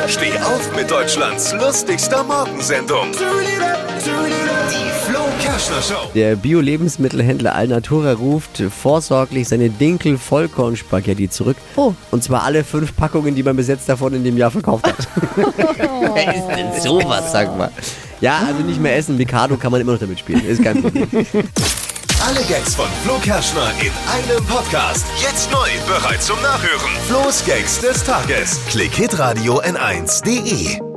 Steh auf mit Deutschlands lustigster Morgensendung. Die Flo Kerschner Show. Der Bio-Lebensmittelhändler Alnatura ruft vorsorglich seine Dinkel-Vollkornspaghetti zurück. Oh. Und zwar alle 5 Packungen, die man bis jetzt davon in dem Jahr verkauft hat. Wer ist denn sowas, sag mal? Ja, also nicht mehr essen. Mikado kann man immer noch damit spielen. Ist kein Problem. Alle Gags von Flo Kerschner in einem Podcast. Jetzt neu, bereit zum Nachhören. Flo's Gags des Tages. Klick Hitradio N1.de